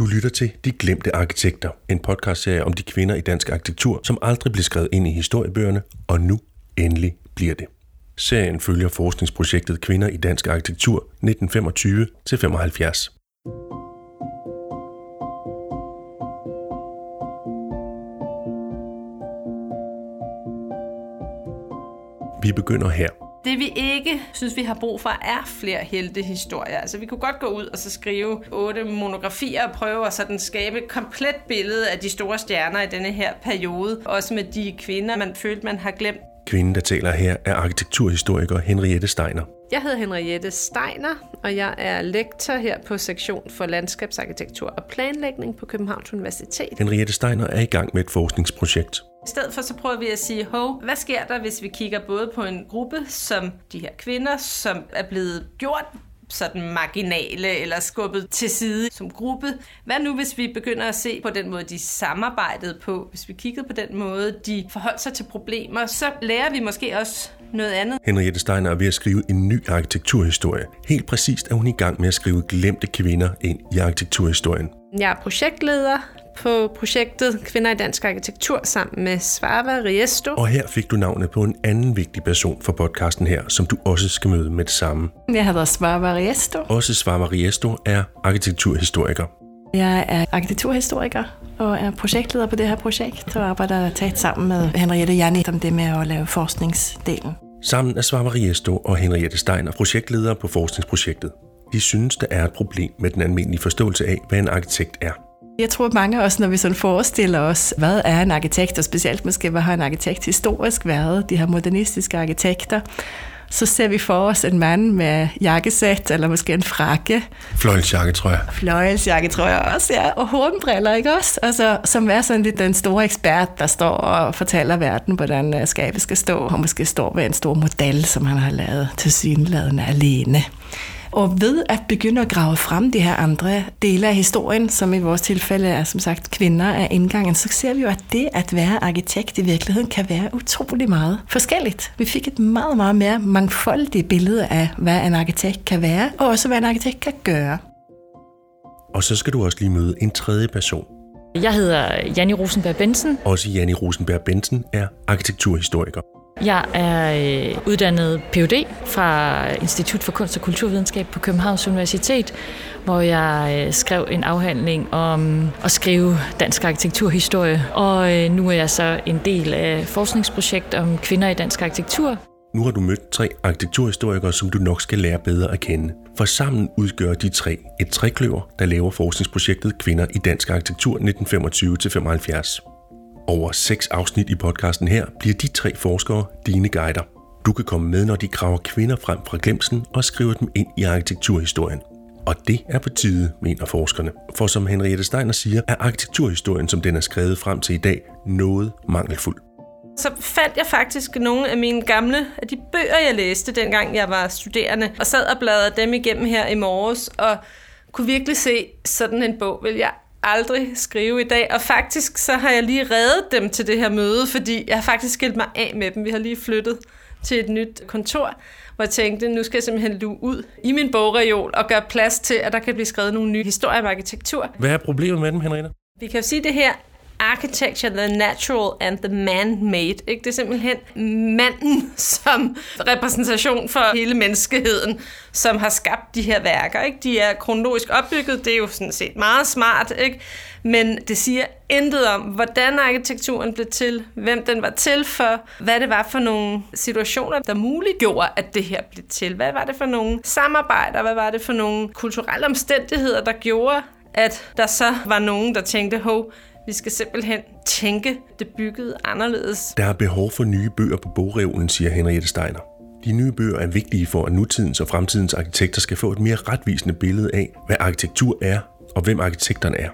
Du lytter til De Glemte Arkitekter, en podcastserie om de kvinder i dansk arkitektur, som aldrig blev skrevet ind i historiebøgerne, og nu endelig bliver det. Serien følger forskningsprojektet Kvinder i dansk arkitektur 1925-75. Vi begynder her. Det vi ikke synes, vi har brug for, er flere heltehistorier. Altså vi kunne godt gå ud og så skrive 8 monografier og prøve at sådan skabe et komplet billede af de store stjerner i denne her periode. Også med de kvinder, man følte, man har glemt. Kvinden, der taler her, er arkitekturhistoriker Henriette Steiner. Jeg hedder Henriette Steiner, og jeg er lektor her på sektion for landskabsarkitektur og planlægning på Københavns Universitet. Henriette Steiner er i gang med et forskningsprojekt. I stedet for så prøver vi at sige, hvad sker der, hvis vi kigger både på en gruppe som de her kvinder, som er blevet gjort sådan marginale eller skubbet til side som gruppe. Hvad nu, hvis vi begynder at se på den måde, de samarbejdede på? Hvis vi kiggede på den måde, de forholdt sig til problemer, så lærer vi måske også noget andet. Henriette Steiner er ved at skrive en ny arkitekturhistorie. Helt præcist er hun i gang med at skrive glemte kvinder ind i arkitekturhistorien. Jeg er projektleder på projektet Kvinder i dansk arkitektur sammen med Svava Riesto. Og her fik du navnet på en anden vigtig person for podcasten her, som du også skal møde med det samme. Jeg hedder Svava Riesto. Også Svava Riesto er arkitekturhistoriker. Jeg er arkitekturhistoriker og er projektleder på det her projekt og arbejder tæt sammen med Henriette Janni om det med at lave forskningsdelen. Sammen er Svava Riesto og Henriette Steiner projektledere på forskningsprojektet. De synes, der er et problem med den almindelige forståelse af, hvad en arkitekt er. Jeg tror, at mange af os, når vi sådan forestiller os, hvad er en arkitekt, og specielt måske, hvad har en arkitekt historisk været, de her modernistiske arkitekter, så ser vi for os en mand med jakkesæt, eller måske en frakke. Fløjelsjakke, tror jeg. Fløjelsjakke, tror jeg også, ja. Og hornbriller, ikke også? Altså, som er sådan lidt den store ekspert, der står og fortæller verden, hvordan skabet skal stå, og måske står ved en stor model, som han har lavet tilsyneladende alene. Og ved at begynde at grave frem de her andre dele af historien, som i vores tilfælde er som sagt kvinder af indgangen, så ser vi jo, at det at være arkitekt i virkeligheden kan være utrolig meget forskelligt. Vi fik et meget, meget mere mangfoldigt billede af, hvad en arkitekt kan være, og også hvad en arkitekt kan gøre. Og så skal du også lige møde en tredje person. Jeg hedder Janni Rosenberg Bentzen. Også Janni Rosenberg Bentzen er arkitekturhistoriker. Jeg er uddannet Ph.D. fra Institut for Kunst og Kulturvidenskab på Københavns Universitet, hvor jeg skrev en afhandling om at skrive dansk arkitekturhistorie. Og nu er jeg så en del af forskningsprojekt om kvinder i dansk arkitektur. Nu har du mødt 3 arkitekturhistorikere, som du nok skal lære bedre at kende. For sammen udgør de 3 et trekløver, der laver forskningsprojektet Kvinder i dansk arkitektur 1925-75. Over 6 afsnit i podcasten her bliver de 3 forskere dine guider. Du kan komme med, når de graver kvinder frem fra glemslen og skriver dem ind i arkitekturhistorien. Og det er på tide, mener forskerne. For som Henriette Steiner siger, er arkitekturhistorien, som den er skrevet frem til i dag, noget mangelfuld. Så fandt jeg faktisk nogle af mine gamle, af de bøger, jeg læste, dengang jeg var studerende, og sad og bladrede dem igennem her i morges, og kunne virkelig se, sådan en bog vil jeg aldrig skrive i dag, og faktisk så har jeg lige reddet dem til det her møde, fordi jeg har faktisk skilt mig af med dem. Vi har lige flyttet til et nyt kontor, hvor jeg tænkte, nu skal jeg simpelthen luge ud i min bogreol og gøre plads til, at der kan blive skrevet nogle nye historier om arkitektur. Hvad er problemet med dem, Henriette? Vi kan jo sige det her, architecture, the natural and the man-made. Ikke? Det er simpelthen manden som repræsentation for hele menneskeheden, som har skabt de her værker. Ikke? De er kronologisk opbygget, det er jo sådan set meget smart, ikke? Men det siger intet om, hvordan arkitekturen blev til, hvem den var til for, hvad det var for nogle situationer, der muliggjorde, at det her blev til. Hvad var det for nogle samarbejder, hvad var det for nogle kulturelle omstændigheder, der gjorde, at der så var nogen, der tænkte, vi skal simpelthen tænke det bygget anderledes. Der er behov for nye bøger på bogreolen, siger Henriette Steiner. De nye bøger er vigtige for, at nutidens og fremtidens arkitekter skal få et mere retvisende billede af, hvad arkitektur er og hvem arkitekterne er.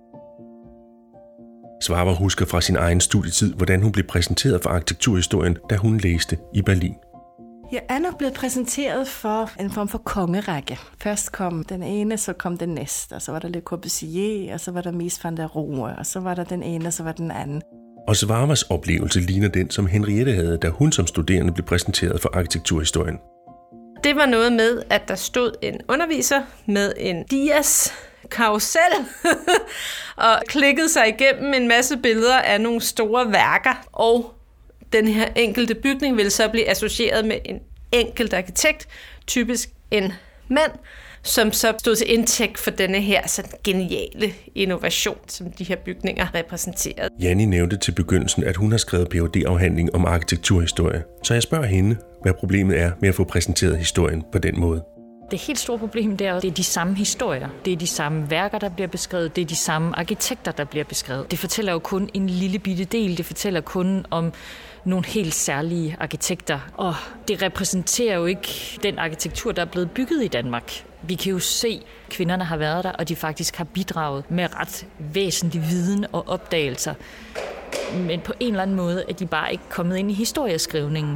Svava husker fra sin egen studietid, hvordan hun blev præsenteret for arkitekturhistorien, da hun læste i Berlin. Jeg er nok blevet præsenteret for en form for kongerække. Først kom den ene, så kom den næste, og så var der Le Corbusier, og så var der Mies van der Rohe, og så var der den ene, og så var den anden. Og Svavas oplevelse ligner den, som Henriette havde, da hun som studerende blev præsenteret for arkitekturhistorien. Det var noget med, at der stod en underviser med en dias karusel og klikkede sig igennem en masse billeder af nogle store værker, og den her enkelte bygning ville så blive associeret med en enkelt arkitekt, typisk en mand, som så stod til indtægt for denne her sådan geniale innovation, som de her bygninger repræsenterede. Janni nævnte til begyndelsen, at hun har skrevet Ph.D.-afhandling om arkitekturhistorie, så jeg spørger hende, hvad problemet er med at få præsenteret historien på den måde. Det helt store problem det er de samme historier. Det er de samme værker, der bliver beskrevet. Det er de samme arkitekter, der bliver beskrevet. Det fortæller jo kun en lille bitte del. Det fortæller kun om nogle helt særlige arkitekter. Og det repræsenterer jo ikke den arkitektur, der er blevet bygget i Danmark. Vi kan jo se, at kvinderne har været der, og de faktisk har bidraget med ret væsentlig viden og opdagelser. Men på en eller anden måde er de bare ikke kommet ind i historieskrivningen.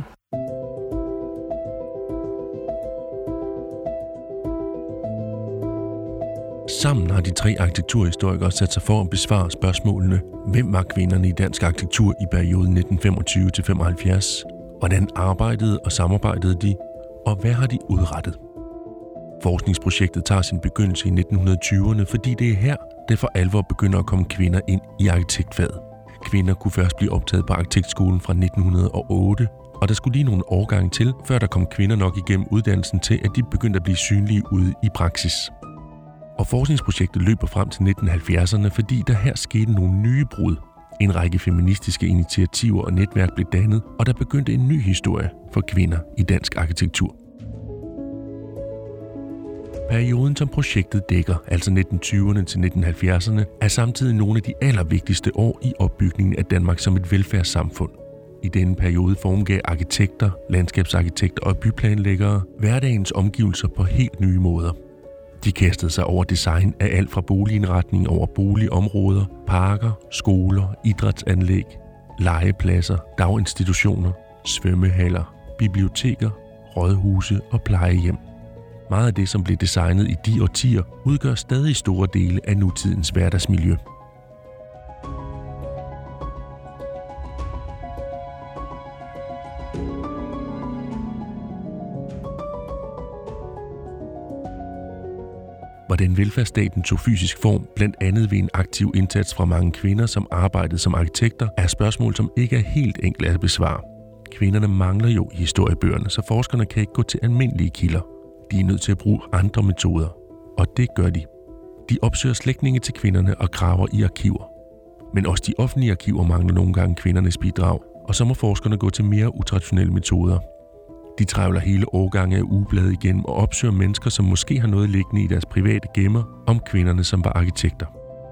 Sammen har de 3 arkitekturhistorikere sat sig for at besvare spørgsmålene: hvem var kvinderne i dansk arkitektur i perioden 1925-75? Hvordan arbejdede og samarbejdede de? Og hvad har de udrettet? Forskningsprojektet tager sin begyndelse i 1920'erne, fordi det er her, det for alvor begynder at komme kvinder ind i arkitektfaget. Kvinder kunne først blive optaget på arkitektskolen fra 1908, og der skulle lige nogle årgange til, før der kom kvinder nok igennem uddannelsen til, at de begyndte at blive synlige ude i praksis. Og forskningsprojektet løber frem til 1970'erne, fordi der her skete nogle nye brud. En række feministiske initiativer og netværk blev dannet, og der begyndte en ny historie for kvinder i dansk arkitektur. Perioden, som projektet dækker, altså 1920'erne til 1970'erne, er samtidig nogle af de allervigtigste år i opbygningen af Danmark som et velfærdssamfund. I denne periode formgav arkitekter, landskabsarkitekter og byplanlæggere hverdagens omgivelser på helt nye måder. De kastede sig over design af alt fra boligindretning over boligområder, parker, skoler, idrætsanlæg, legepladser, daginstitutioner, svømmehaller, biblioteker, rådhuse og plejehjem. Meget af det, som blev designet i de årtier, udgør stadig store dele af nutidens hverdagsmiljø. Hvordan velfærdsstaten tog fysisk form, blandt andet ved en aktiv indsats fra mange kvinder, som arbejdede som arkitekter, er spørgsmål, som ikke er helt enkle at besvare. Kvinderne mangler jo i historiebøgerne, så forskerne kan ikke gå til almindelige kilder. De er nødt til at bruge andre metoder, og det gør de. De opsøger slægtninge til kvinderne og graver i arkiver. Men også de offentlige arkiver mangler nogle gange kvindernes bidrag, og så må forskerne gå til mere utraditionelle metoder. De trævler hele årgange af ugeblade igennem og opsøger mennesker, som måske har noget liggende i deres private gemmer om kvinderne, som var arkitekter.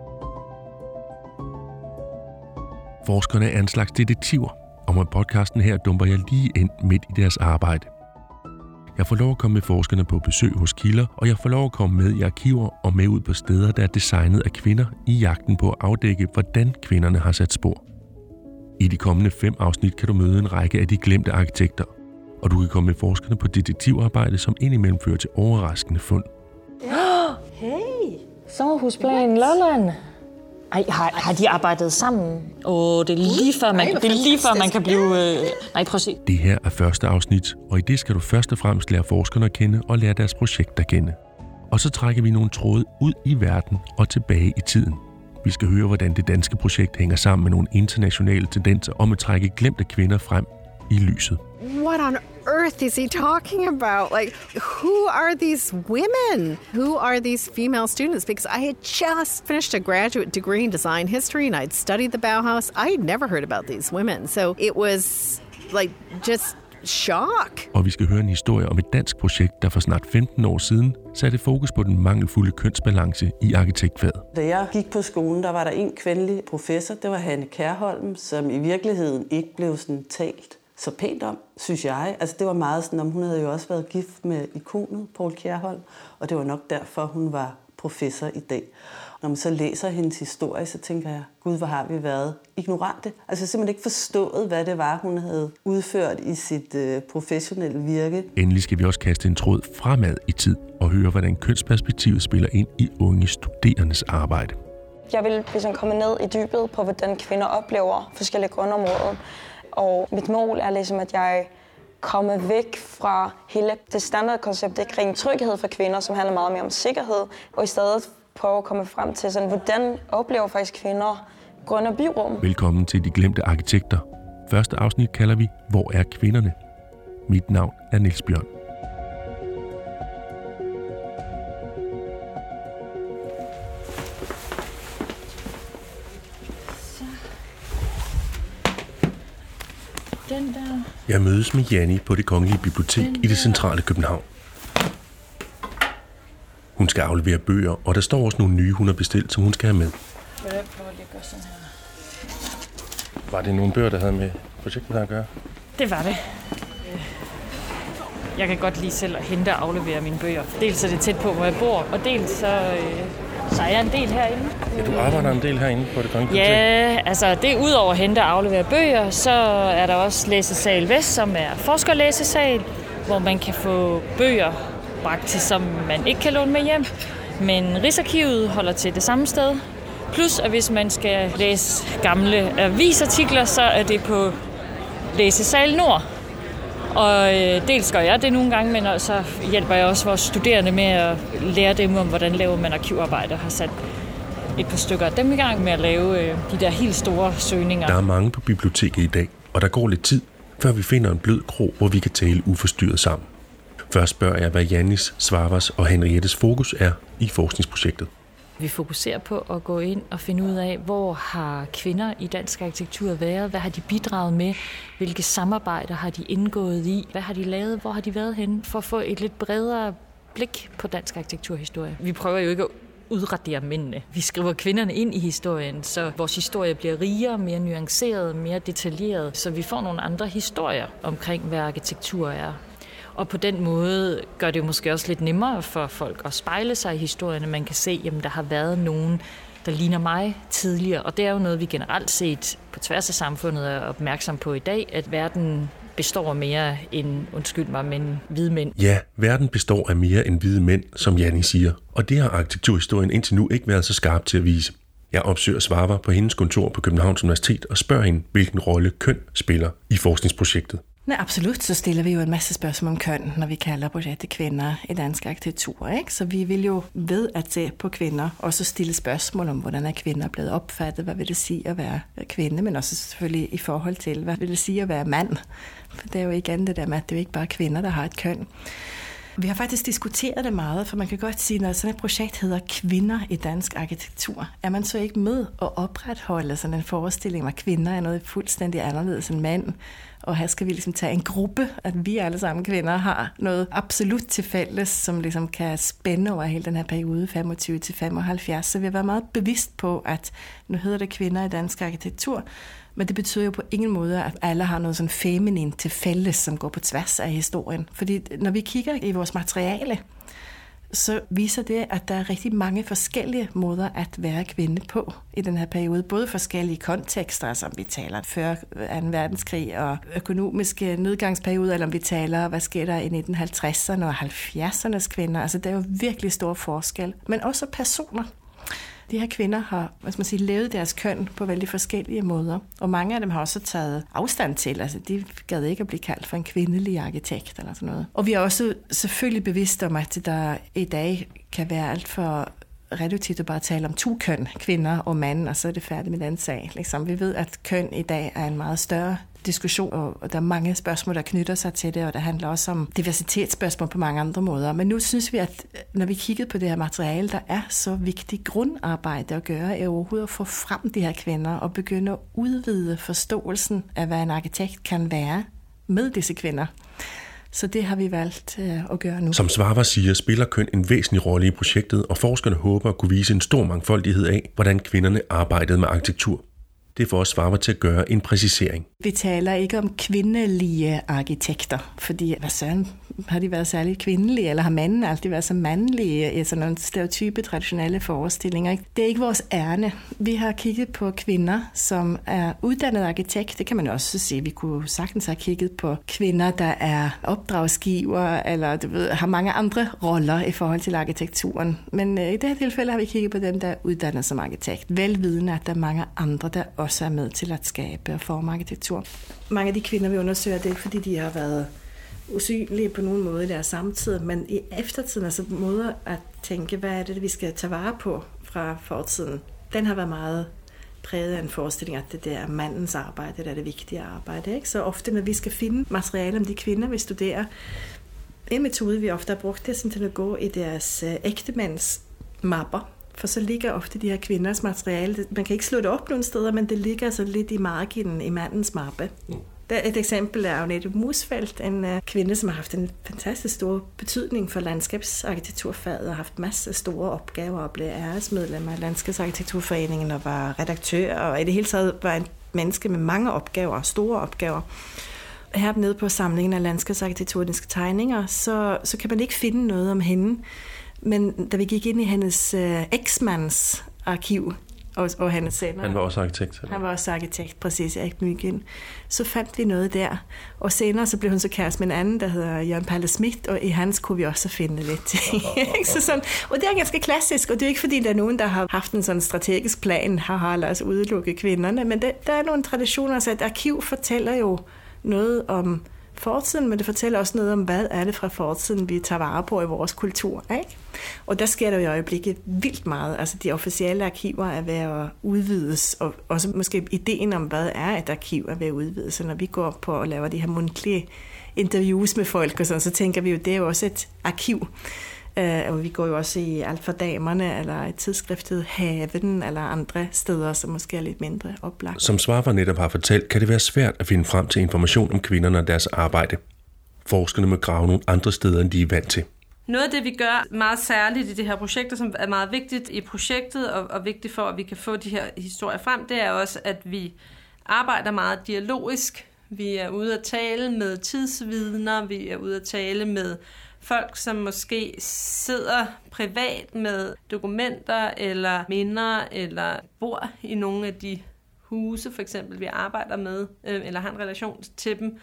Forskerne er en slags detektiver, og med podcasten her dumper jeg lige ind midt i deres arbejde. Jeg får lov at komme med forskerne på besøg hos kilder, og jeg får lov at komme med i arkiver og med ud på steder, der er designet af kvinder i jagten på at afdække, hvordan kvinderne har sat spor. I de kommende 5 afsnit kan du møde en række af de glemte arkitekter, og du kan komme med forskerne på detektivarbejde, som indimellem fører til overraskende fund. Hey! Sommerhusplan Lolland. Ej, har de arbejdet sammen? Det er lige før man kan blive... Nej, prøv at se. Det her er første afsnit, og i det skal du først og fremmest lære forskerne at kende og lære deres projekt at kende. Og så trækker vi nogle tråde ud i verden og tilbage i tiden. Vi skal høre, hvordan det danske projekt hænger sammen med nogle internationale tendenser om at trække glemte kvinder frem i lyset. What on earth is he talking about? Like, who are these women? Who are these female students? Because I had just finished a graduate degree in design history and I'd studied the Bauhaus. I had never heard about these women. So it was like just shock. Og vi skal høre en historie om et dansk projekt, der for snart 15 år siden satte fokus på den mangelfulde kønsbalance i arkitektfaget. Da jeg gik på skolen, der var der en kvindelig professor, det var Hanne Kærholm, som i virkeligheden ikke blev sådan talt så pænt om, synes jeg. Altså det var meget sådan, om hun havde jo også været gift med ikonet Poul Kjærholm, og det var nok derfor, hun var professor i dag. Når man så læser hendes historie, så tænker jeg, gud, hvor har vi været ignorante. Altså simpelthen ikke forstået, hvad det var, hun havde udført i sit professionelle virke. Endelig skal vi også kaste en tråd fremad i tid og høre, hvordan kønsperspektivet spiller ind i unge studerendes arbejde. Jeg vil ligesom komme ned i dybet på, hvordan kvinder oplever forskellige grundområder. Og mit mål er ligesom, at jeg kommer væk fra hele det standardkoncept, det kring tryghed for kvinder, som handler meget mere om sikkerhed, og i stedet prøve at komme frem til, sådan, hvordan oplever faktisk kvinder grønne byrum. Velkommen til De Glemte Arkitekter. Første afsnit kalder vi Hvor er kvinderne? Mit navn er Niels Bjørn. Den der. Jeg mødes med Janni på Det Kongelige Bibliotek i det centrale København. Hun skal aflevere bøger, og der står også nogle nye, hun har bestilt, som hun skal have med. Jeg prøver lige at gøre sådan her. Var det nogle bøger, der havde med projektet at gøre? Det var det. Jeg kan godt lide selv at hente og aflevere mine bøger. Dels er det tæt på, hvor jeg bor, og dels så er jeg en del herinde. Ja, du arbejder en del herinde på Det Kongelige Bibliotek? Ja, altså det er udover at hente og aflevere bøger, så er der også Læsesal Vest, som er forskerlæsesal, hvor man kan få bøger bragt til, som man ikke kan låne med hjem. Men Rigsarkivet holder til det samme sted. Plus, at hvis man skal læse gamle avisartikler, så er det på Læsesal Nord. Og dels gør jeg det nogle gange, men så hjælper jeg også vores studerende med at lære dem om, hvordan laver man arkivarbejde. Har sat et par stykker af dem i gang med at lave de der helt store søgninger. Der er mange på biblioteket i dag, og der går lidt tid, før vi finder en blød krog, hvor vi kan tale uforstyrret sammen. Først spørger jeg, hvad Jannis, Svavas og Henriettes fokus er i forskningsprojektet. Vi fokuserer på at gå ind og finde ud af, hvor har kvinder i dansk arkitektur været, hvad har de bidraget med, hvilke samarbejder har de indgået i, hvad har de lavet, hvor har de været henne, for at få et lidt bredere blik på dansk arkitekturhistorie. Vi prøver jo ikke at udradere mændene. Vi skriver kvinderne ind i historien, så vores historie bliver rigere, mere nuanceret, mere detaljeret, så vi får nogle andre historier omkring, hvad arkitektur er. Og på den måde gør det måske også lidt nemmere for folk at spejle sig i historierne. Man kan se, at der har været nogen, der ligner mig tidligere. Og det er jo noget, vi generelt set på tværs af samfundet er opmærksom på i dag, at verden består mere end, men hvide mænd. Ja, verden består af mere end hvide mænd, som Janni siger. Og det har arkitekturhistorien indtil nu ikke været så skarp til at vise. Jeg opsøger Svava på hendes kontor på Københavns Universitet og spørger hende, hvilken rolle køn spiller i forskningsprojektet. Nej, absolut, så stiller vi jo en masse spørgsmål om køn, når vi kalder projektet kvinder i dansk arkitektur. Ikke? Så vi vil jo ved at se på kvinder, og så stille spørgsmål om, hvordan er kvinder blevet opfattet, hvad vil det sige at være kvinde, men også selvfølgelig i forhold til, hvad vil det sige at være mand. For det er jo igen det der med, at det er jo ikke bare kvinder, der har et køn. Vi har faktisk diskuteret det meget, for man kan godt sige, når sådan et projekt hedder Kvinder i dansk arkitektur, er man så ikke med at opretholde sådan en forestilling om, at kvinder er noget fuldstændig anderledes end mænd. Og her skal vi ligesom tage en gruppe, at vi alle sammen kvinder har noget absolut til fælles, som ligesom kan spænde over hele den her periode, 25 til 75. Så vi har været meget bevidst på, at nu hedder det Kvinder i dansk arkitektur, men det betyder jo på ingen måde, at alle har noget sådan feminin til fælles, som går på tværs af historien. Fordi når vi kigger i vores materiale, så viser det, at der er rigtig mange forskellige måder at være kvinde på i den her periode. Både forskellige kontekster, som vi taler før 2. verdenskrig og økonomiske nedgangsperioder, eller om vi taler, hvad sker der i 1950'erne og 70'ernes kvinder. Altså, der er jo virkelig stor forskel. Men også personer. De her kvinder har, levet deres køn på vældig forskellige måder, og mange af dem har også taget afstand til, altså de gad ikke at blive kaldt for en kvindelig arkitekt eller sådan noget. Og vi er også selvfølgelig bevidste om, at der i dag kan være alt for reduktivt at bare tale om 2 køn, kvinder og mænd, og så er det færdigt med den sag. Liksom, vi ved, at køn i dag er en meget større diskussion, og der er mange spørgsmål, der knytter sig til det, og det handler også om diversitetsspørgsmål på mange andre måder. Men nu synes vi, at når vi kigger på det her materiale, der er så vigtigt grundarbejde at gøre, er overhovedet at få frem de her kvinder og begynde at udvide forståelsen af, hvad en arkitekt kan være med disse kvinder. Så det har vi valgt at gøre nu. Som Svava siger, spiller køn en væsentlig rolle i projektet, og forskerne håber at kunne vise en stor mangfoldighed af, hvordan kvinderne arbejdede med arkitektur. Det får også Svava til at gøre en præcisering. Vi taler ikke om kvindelige arkitekter, fordi hvad søren, har de været særligt kvindelige, eller har mændene altid været så mandlige i sådan nogle stereotype, traditionelle forestillinger. Det er ikke vores ærne. Vi har kigget på kvinder, som er uddannede arkitekt. Det kan man også sige. Vi kunne sagtens have kigget på kvinder, der er opdragsgiver, eller har mange andre roller i forhold til arkitekturen. Men i det her tilfælde har vi kigget på dem, der er uddannet som arkitekt. Velvidende, at der er mange andre, der også er med til at skabe og forme arkitektur. Mange af de kvinder, vi undersøger, det er fordi de har været usynlige på nogen måde i deres samtid, men i eftertiden, altså måder at tænke, hvad er det, vi skal tage vare på fra fortiden, den har været meget præget af en forestilling, at det er mandens arbejde, der er det vigtige arbejde. Ikke? Så ofte, når vi skal finde materiale om de kvinder, vi studerer, en metode, vi ofte har brugt, det er sådan til at gå i deres ægtemænds mapper, for så ligger ofte de her kvinders materiale, man kan ikke slå det op nogle steder, men det ligger så lidt i marginen i mandens mappe. Et eksempel er Agnete Musfeldt, en kvinde, som har haft en fantastisk stor betydning for landskabsarkitekturfaget og har haft masser af store opgaver og blev æresmedlem af Landskabsarkitekturforeningen og var redaktør og i det hele taget var en menneske med mange opgaver, store opgaver. Hernede på samlingen af landskabsarkitekturiske tegninger, så kan man ikke finde noget om hende. Men da vi gik ind i hendes eksmands arkiv, og han senere. Han var også arkitekt. Eller? Han var også arkitekt, præcis, Erik Myggen. Så fandt vi noget der. Og senere så blev hun så kæreste med en anden, der hedder Jørgen Palle Schmidt, og i hans kunne vi også finde lidt ting. Så sådan, og det er ganske klassisk, og det er ikke fordi, der er nogen, der har haft en sådan strategisk plan, lad os udelukke kvinderne, men der er nogle traditioner, så et arkiv fortæller jo noget om fortiden, men det fortæller også noget om, hvad er det fra fortiden, vi tager vare på i vores kultur. Ikke? Og der sker der jo i øjeblikket vildt meget. Altså de officielle arkiver er ved at udvides, og også måske ideen om, hvad er et arkiv, er ved at udvides. Så når vi går på og laver de her mundtlige interviews med folk, og sådan, så tænker vi jo, det er jo også et arkiv. Og vi går jo også i Alt for damerne, eller i tidsskriftet Haven, eller andre steder, som måske er lidt mindre oplagt. Som Svarva netop har fortalt, kan det være svært at finde frem til information om kvinderne og deres arbejde. Forskerne må grave nogle andre steder, end de er vant til. Noget af det, vi gør meget særligt i det her projekt, som er meget vigtigt i projektet, og vigtigt for, at vi kan få de her historier frem, det er også, at vi arbejder meget dialogisk. Vi er ude at tale med tidsvidner, vi er ude at tale med folk, som måske sidder privat med dokumenter eller minder, eller bor i nogle af de huse, for eksempel, vi arbejder med, eller har en relation til dem,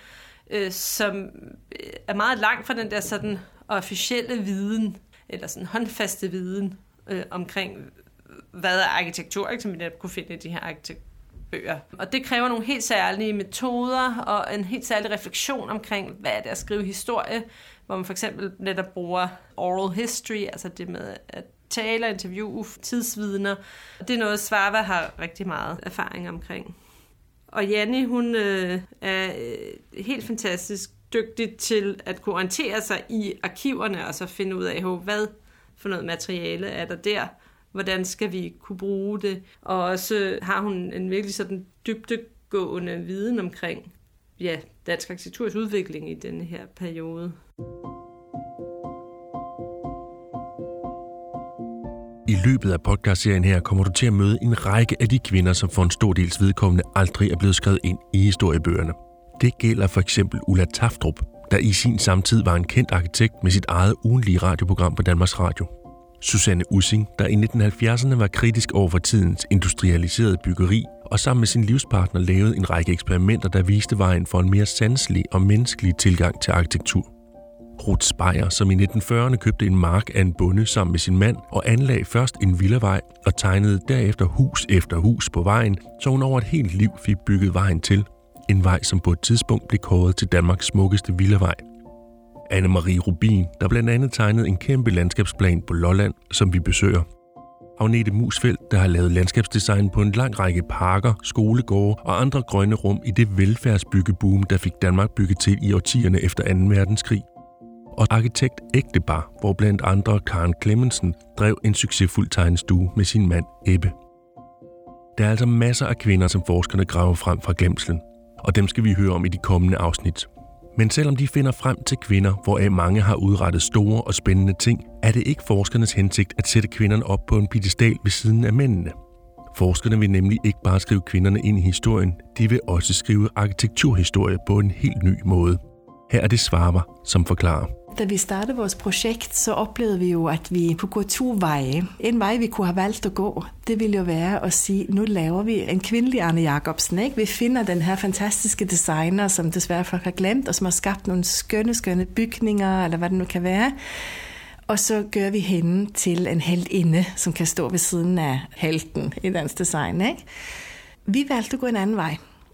som er meget langt fra den der sådan officielle viden, eller sådan håndfaste viden omkring, hvad er arkitektur, ikke, som vi netop kunne finde i de her arkitektbøger. Og det kræver nogle helt særlige metoder og en helt særlig refleksion omkring, hvad er det at skrive historie, hvor man for eksempel netop bruger oral history, altså det med at tale og interviewe tidsvidner. Det er noget, Svarva har rigtig meget erfaring omkring. Og Janni, hun er helt fantastisk dygtig til at kunne orientere sig i arkiverne og så finde ud af, hvad for noget materiale er der, hvordan skal vi kunne bruge det. Og også har hun en virkelig sådan dybdegående viden omkring dansk arkitekturs udvikling i denne her periode. I løbet af podcastserien her kommer du til at møde en række af de kvinder, som for en stor dels vedkommende aldrig er blevet skrevet ind i historiebøgerne. Det gælder for eksempel Ulla Taftrup, der i sin samtid var en kendt arkitekt med sit eget ugentlige radioprogram på Danmarks Radio. Susanne Ussing, der i 1970'erne var kritisk over for tidens industrialiserede byggeri, og sammen med sin livspartner lavede en række eksperimenter, der viste vejen for en mere sanselig og menneskelig tilgang til arkitektur. Ruth Speyer, som i 1940'erne købte en mark af en bonde sammen med sin mand og anlagde først en villavej og tegnede derefter hus efter hus på vejen, så hun over et helt liv fik bygget vejen til. En vej, som på et tidspunkt blev kåret til Danmarks smukkeste villavej. Anne-Marie Rubin, der blandt andet tegnede en kæmpe landskabsplan på Lolland, som vi besøger. Agnete Musfeldt, der har lavet landskabsdesign på en lang række parker, skolegårde og andre grønne rum i det velfærdsbyggeboom, der fik Danmark bygget til i årtierne efter 2. verdenskrig. Og arkitekt ægtepar, hvor blandt andre Karen Clemmensen drev en succesfuld tegnestue med sin mand Ebbe. Der er altså masser af kvinder, som forskerne graver frem fra glemslen, og dem skal vi høre om i de kommende afsnit. Men selvom de finder frem til kvinder, hvoraf mange har udrettet store og spændende ting, er det ikke forskernes hensigt at sætte kvinderne op på en piedestal ved siden af mændene. Forskerne vil nemlig ikke bare skrive kvinderne ind i historien, de vil også skrive arkitekturhistorie på en helt ny måde. Her er det Svarva, som forklarer. Da vi startede vores projekt, så oplevede vi jo, at vi kunne gå 2 veje. En vej, vi kunne have valgt at gå, det ville jo være at sige, nu laver vi en kvindelig Arne Jacobsen. Ikke? Vi finder den her fantastiske designer, som desværre folk har glemt, og som har skabt nogle skønne bygninger, eller hvad det nu kan være. Og så gør vi hende til en heltinde, som kan stå ved siden af helten i dansk design. Ikke? Vi valgte at gå en anden vej.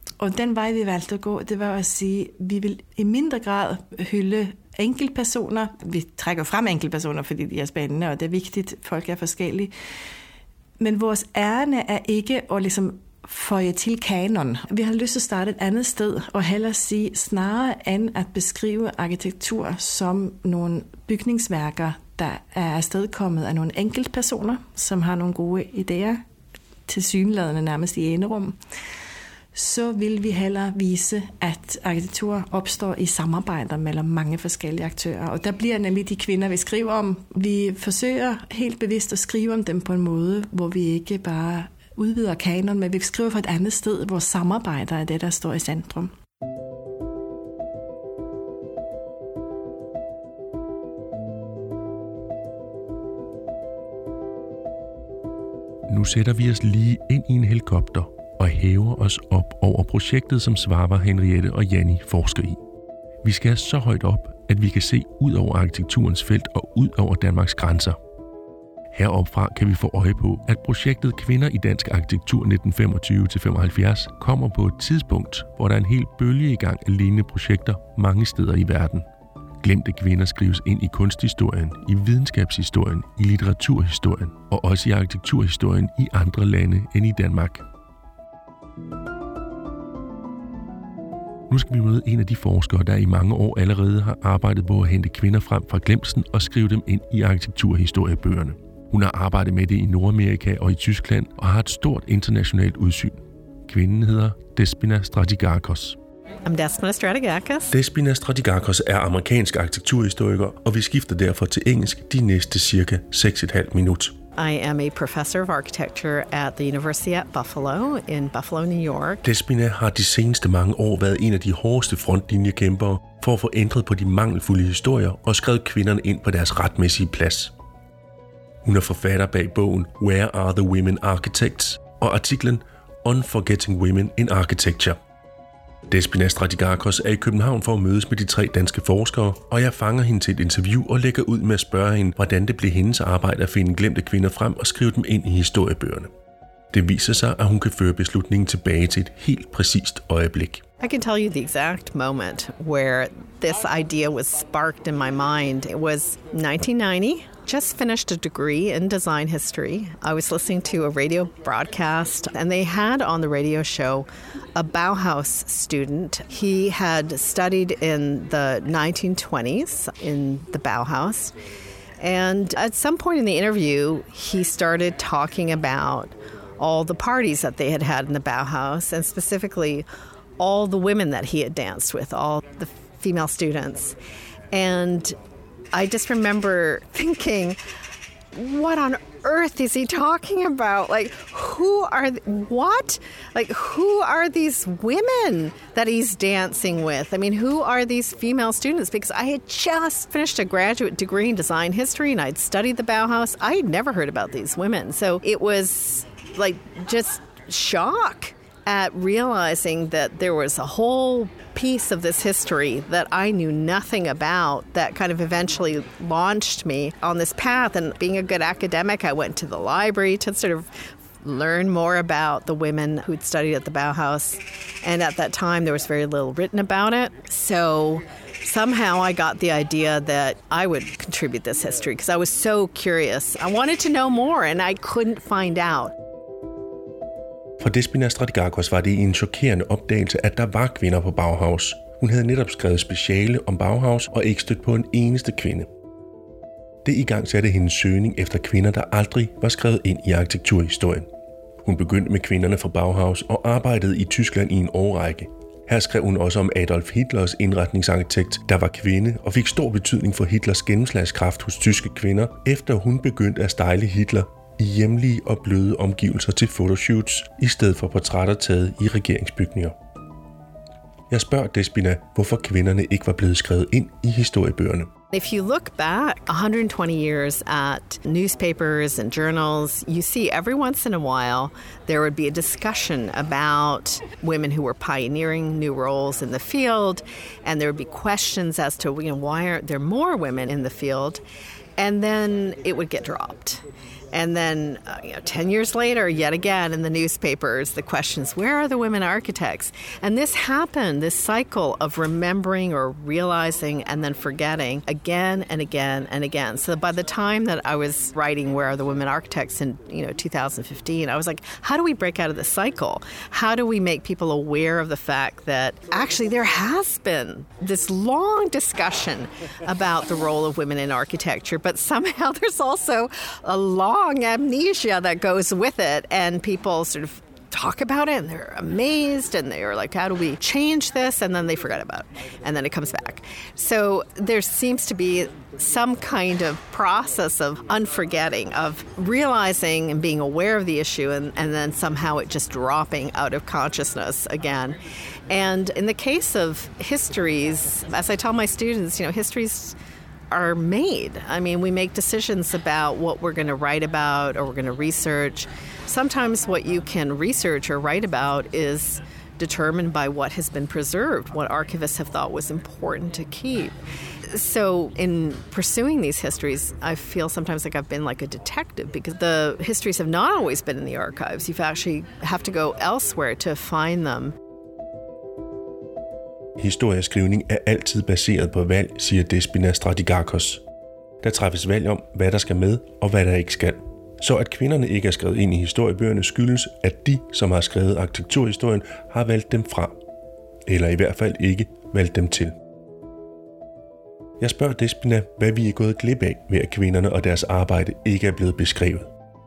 Og den vej, vi valgte at gå, det var at sige, at vi vil i mindre grad hylde enkeltpersoner. Vi trækker frem enkeltpersoner, fordi de er spændende, og det er vigtigt, folk er forskellige. Men vores ærne er ikke at ligesom føje til kanon. Vi har lyst til at starte et andet sted, og hellere sige, snarere end at beskrive arkitektur som nogle bygningsværker, der er afstedkommet af nogle enkeltpersoner, som har nogle gode idéer, tilsyneladende nærmest i enerum, så vil vi hellere vise, at arkitektur opstår i samarbejder mellem mange forskellige aktører. Og der bliver nemlig de kvinder, vi skriver om. Vi forsøger helt bevidst at skrive om dem på en måde, hvor vi ikke bare udvider kanon, men vi skriver fra et andet sted, hvor samarbejder er det, der står i centrum. Nu sætter vi os lige ind i en helikopter og hæver os op over projektet, som Svava, Henriette og Janni forsker i. Vi skal så højt op, at vi kan se ud over arkitekturens felt og ud over Danmarks grænser. Heropfra kan vi få øje på, at projektet Kvinder i dansk arkitektur 1925-75 kommer på et tidspunkt, hvor der er en hel bølge i gang af lignende projekter mange steder i verden. Glemte kvinder skrives ind i kunsthistorien, i videnskabshistorien, i litteraturhistorien og også i arkitekturhistorien i andre lande end i Danmark. Nu skal vi møde en af de forskere, der i mange år allerede har arbejdet på at hente kvinder frem fra glemselsen og skrive dem ind i arkitekturhistoriebøgerne. Hun har arbejdet med det i Nordamerika og i Tyskland og har et stort internationalt udsyn. Kvinden hedder Despina Stratigakos. I'm Despina Stratigakos. Despina Stratigakos er amerikansk arkitekturhistoriker, og vi skifter derfor til engelsk de næste cirka 6,5 minutter. I am a professor of architecture at the University at Buffalo in Buffalo, New York. Despina har de seneste mange år været en af de hårdeste frontlinjekæmpere for at få ændret på de mangelfulde historier og skrevet kvinderne ind på deres retmæssige plads. Hun er forfatter bag bogen Where Are the Women Architects og artiklen Unforgetting Women in Architecture. Despina Stratigakos er i København for at mødes med de 3 danske forskere, og jeg fanger hende til et interview og lægger ud med at spørge hende, hvordan det blev hendes arbejde at finde glemte kvinder frem og skrive dem ind i historiebøgerne. Det viser sig, at hun kan føre beslutningen tilbage til et helt præcist øjeblik. I can tell you the exact moment where this idea was sparked in my mind. It was 1990. Just finished a degree in design history. I was listening to a radio broadcast, and they had on the radio show a Bauhaus student. He had studied in the 1920s in the Bauhaus. And at some point in the interview, he started talking about all the parties that they had had in the Bauhaus, and specifically all the women that he had danced with, all the female students. And I just remember thinking, what on earth is he talking about? Like, who are these women that he's dancing with? I mean, who are these female students? Because I had just finished a graduate degree in design history and I'd studied the Bauhaus. I had never heard about these women. So it was like just shock at realizing that there was a whole piece of this history that I knew nothing about that kind of eventually launched me on this path. And being a good academic, I went to the library to sort of learn more about the women who'd studied at the Bauhaus. And at that time, there was very little written about it. So somehow I got the idea that I would contribute this history because I was so curious. I wanted to know more, and I couldn't find out. For Despina Stratigakos var det en chokerende opdagelse, at der var kvinder på Bauhaus. Hun havde netop skrevet speciale om Bauhaus og ikke stødt på en eneste kvinde. Det igangsatte hendes søgning efter kvinder, der aldrig var skrevet ind i arkitekturhistorien. Hun begyndte med kvinderne fra Bauhaus og arbejdede i Tyskland i en årrække. Her skrev hun også om Adolf Hitlers indretningsarkitekt, der var kvinde og fik stor betydning for Hitlers gennemslagskraft hos tyske kvinder, efter hun begyndte at style Hitler i hjemlige og bløde omgivelser til photoshoots, i stedet for portrætter taget i regeringsbygninger. Jeg spørger Despina, hvorfor kvinderne ikke var blevet skrevet ind i historiebøgerne. If you look back 120 years at newspapers and journals, you see every once in a while there would be a discussion about women who were pioneering new roles in the field, and there would be questions as to why aren't there more women in the field, and then it would get dropped. And then 10 years later, yet again in the newspapers, the questions, where are the women architects? And this happened, this cycle of remembering or realizing and then forgetting again and again and again. So by the time that I was writing Where Are the Women Architects in 2015, I was like, how do we break out of this cycle? How do we make people aware of the fact that actually there has been this long discussion about the role of women in architecture, but somehow there's also a long amnesia that goes with it, and people sort of talk about it and they're amazed and they're like, how do we change this? And then they forget about it and then it comes back. So there seems to be some kind of process of unforgetting, of realizing and being aware of the issue and then somehow it just dropping out of consciousness again. And in the case of histories, as I tell my students, histories are made. I mean, we make decisions about what we're going to write about or we're going to research. Sometimes what you can research or write about is determined by what has been preserved, what archivists have thought was important to keep. So in pursuing these histories, I feel sometimes like I've been like a detective because the histories have not always been in the archives. You actually have to go elsewhere to find them. Historieskrivning er altid baseret på valg, siger Despina Stratigakos. Der træffes valg om, hvad der skal med og hvad der ikke skal. Så at kvinderne ikke er skrevet ind i historiebøgerne skyldes, at de, som har skrevet arkitekturhistorien, har valgt dem fra. Eller i hvert fald ikke valgt dem til. Jeg spørger Despina, hvad vi er gået glip af ved at kvinderne og deres arbejde ikke er blevet beskrevet.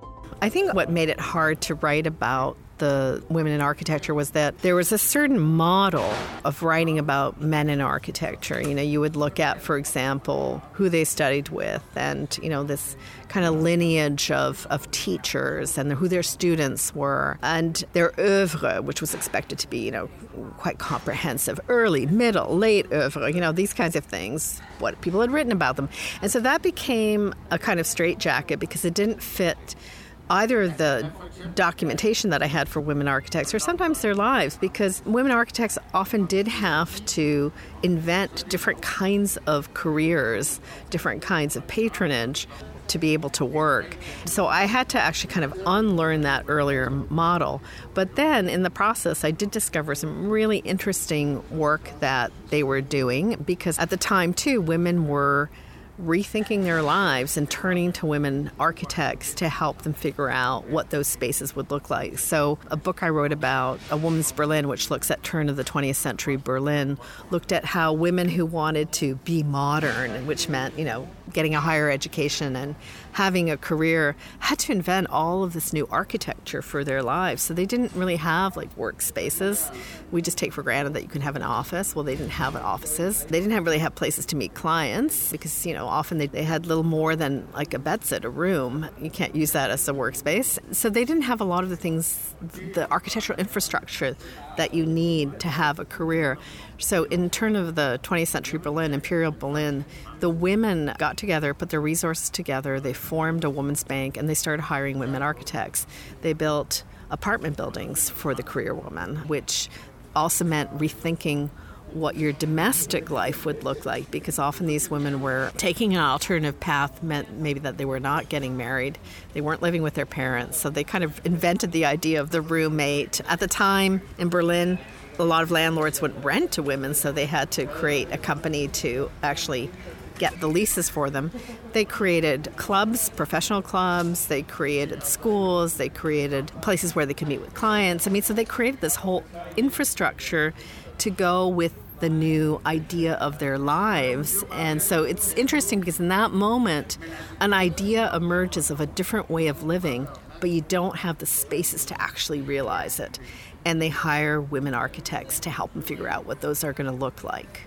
I think what made it hard to write about the women in architecture was that there was a certain model of writing about men in architecture. You would look at, for example, who they studied with and, this kind of lineage of teachers and who their students were and their oeuvre, which was expected to be, quite comprehensive, early, middle, late oeuvre, these kinds of things, what people had written about them. And so that became a kind of straitjacket because it didn't fit either the documentation that I had for women architects or sometimes their lives, because women architects often did have to invent different kinds of careers, different kinds of patronage to be able to work. So I had to actually kind of unlearn that earlier model. But then in the process, I did discover some really interesting work that they were doing because at the time too, women were rethinking their lives and turning to women architects to help them figure out what those spaces would look like. So a book I wrote about, A Woman's Berlin, which looks at turn of the 20th century Berlin, looked at how women who wanted to be modern, which meant, getting a higher education and having a career, had to invent all of this new architecture for their lives. So they didn't really have workspaces. We just take for granted that you can have an office. Well, they didn't have offices. They didn't really have places to meet clients because, often they had little more than like a bedsit, a room. You can't use that as a workspace. So they didn't have a lot of the things, the architectural infrastructure that you need to have a career. So in turn of the 20th century Berlin, Imperial Berlin, the women got together, put their resources together, they formed a women's bank, and they started hiring women architects. They built apartment buildings for the career woman, which also meant rethinking what your domestic life would look like, because often these women were taking an alternative path, meant maybe that they were not getting married, they weren't living with their parents, so they kind of invented the idea of the roommate. At the time in Berlin, a lot of landlords wouldn't rent to women, so they had to create a company to actually get the leases for them. They created clubs, professional clubs, they created schools, they created places where they could meet with clients. So they created this whole infrastructure to go with the new idea of their lives. And so it's interesting because in that moment, an idea emerges of a different way of living, but you don't have the spaces to actually realize it. And they hire women architects to help them figure out what those are going to look like.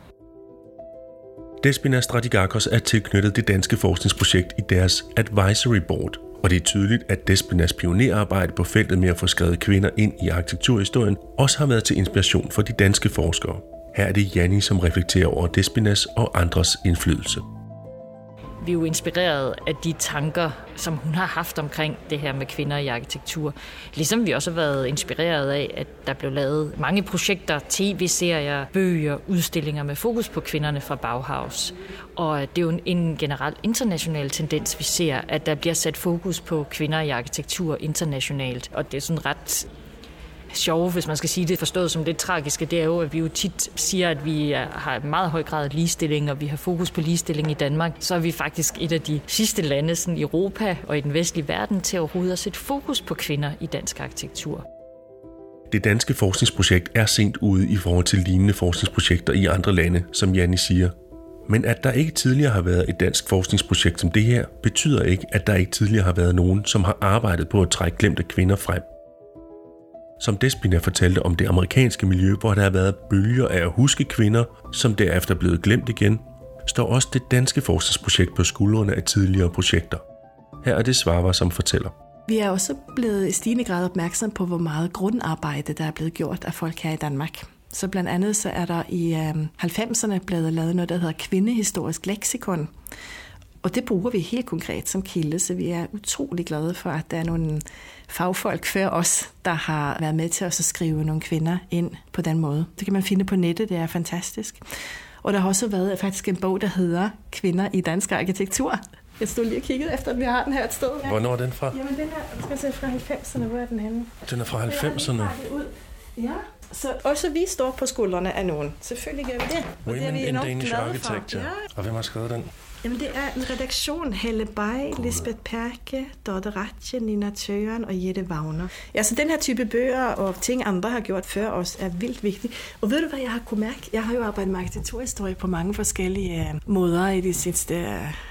Despina Stratigakos er tilknyttet det danske forskningsprojekt i deres Advisory Board, og det er tydeligt, at Despinas pionerarbejde på feltet med at få skrevet kvinder ind i arkitekturhistorien også har været til inspiration for de danske forskere. Her er det Janni, som reflekterer over Despinas og andres indflydelse. vi jo inspireret af de tanker, som hun har haft omkring det her med kvinder i arkitektur. Ligesom vi også har været inspireret af, at der blev lavet mange projekter, tv-serier, bøger, udstillinger med fokus på kvinderne fra Bauhaus. Og det er jo en generel international tendens, vi ser, at der bliver sat fokus på kvinder i arkitektur internationalt. Og det er sådan ret sjove, hvis man skal sige det, forstået som lidt tragiske, det er jo, at vi jo tit siger, at vi har en meget høj grad af ligestilling, og vi har fokus på ligestilling i Danmark. Så er vi faktisk et af de sidste lande sådan i Europa og i den vestlige verden til overhovedet at sætte fokus på kvinder i dansk arkitektur. Det danske forskningsprojekt er sent ude i forhold til lignende forskningsprojekter i andre lande, som Janni siger. Men at der ikke tidligere har været et dansk forskningsprojekt som det her, betyder ikke, at der ikke tidligere har været nogen, som har arbejdet på at trække glemte kvinder frem. Som Despina fortalte om det amerikanske miljø, hvor der har været bølger af at huske kvinder, som derefter er blevet glemt igen, står også det danske forskningsprojekt på skuldrene af tidligere projekter. Her er det Svava, som fortæller. Vi er også blevet i stigende grad opmærksom på, hvor meget grundarbejde, der er blevet gjort af folk her i Danmark. Så blandt andet så er der i 90'erne blevet lavet noget, der hedder Kvindehistorisk Leksikon. Og det bruger vi helt konkret som kilde, så vi er utrolig glade for, at der er nogle fagfolk før os, der har været med til at skrive nogle kvinder ind på den måde. Det kan man finde på nettet, det er fantastisk. Og der har også været faktisk en bog, der hedder Kvinder i dansk arkitektur. Jeg stod lige og kiggede efter, at vi har den her et sted. Hvornår er den fra? Jamen den her, skal se fra 90'erne, hvor er den henne? Den er fra 90'erne? Ja. Så også vi står på skuldrene af nogen. Selvfølgelig gør vi det. Women in Danish Architecture. Ja. Og hvem har skrevet den? Jamen det er en redaktion. Helle Bay, Lisbeth Perke, Dorte Ratche, Nina Tøren og Jette Wagner. Ja, så den her type bøger og ting, andre har gjort før os, er vildt vigtigt. Og ved du, hvad jeg har kunne mærke? Jeg har jo arbejdet med arkitekturhistorie på mange forskellige måder i de sidste